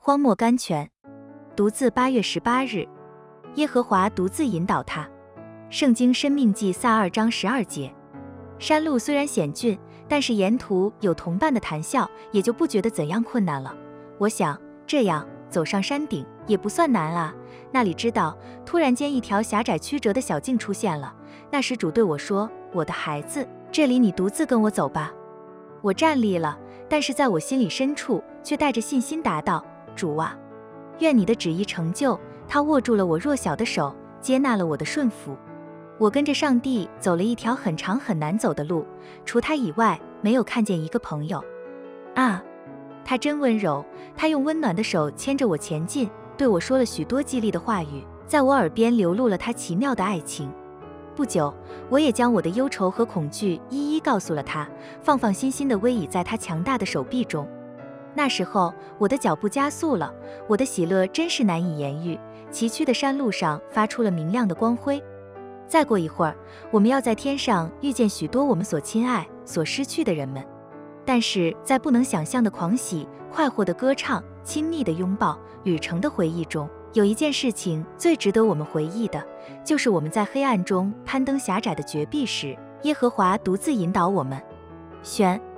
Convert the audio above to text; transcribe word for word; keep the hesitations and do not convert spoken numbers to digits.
荒漠甘泉，独自八月十八日，耶和华独自引导他。圣经申命记撒二章十二节。山路虽然险峻，但是沿途有同伴的谈笑，也就不觉得怎样困难了。我想，这样走上山顶也不算难啊。那里知道，突然间一条狭窄曲折的小径出现了。那时主对我说：“我的孩子，这里你独自跟我走吧。”我站立了，但是在我心里深处却带着信心答道：“主啊，愿你的旨意成就。”他握住了我弱小的手，接纳了我的顺服。我跟着上帝走了一条很长很难走的路，除他以外，没有看见一个朋友。啊，他真温柔，他用温暖的手牵着我前进，对我说了许多激励的话语，在我耳边流露了他奇妙的爱情。不久，我也将我的忧愁和恐惧一一告诉了他，放放心心地偎倚在他强大的手臂中。那时候，我的脚步加速了，我的喜乐真是难以言喻。崎岖的山路上发出了明亮的光辉。再过一会儿，我们要在天上遇见许多我们所亲爱、所失去的人们。但是在不能想象的狂喜、快活的歌唱、亲密的拥抱、旅程的回忆中，有一件事情最值得我们回忆的，就是我们在黑暗中攀登狭窄的绝壁时，耶和华独自引导我们。选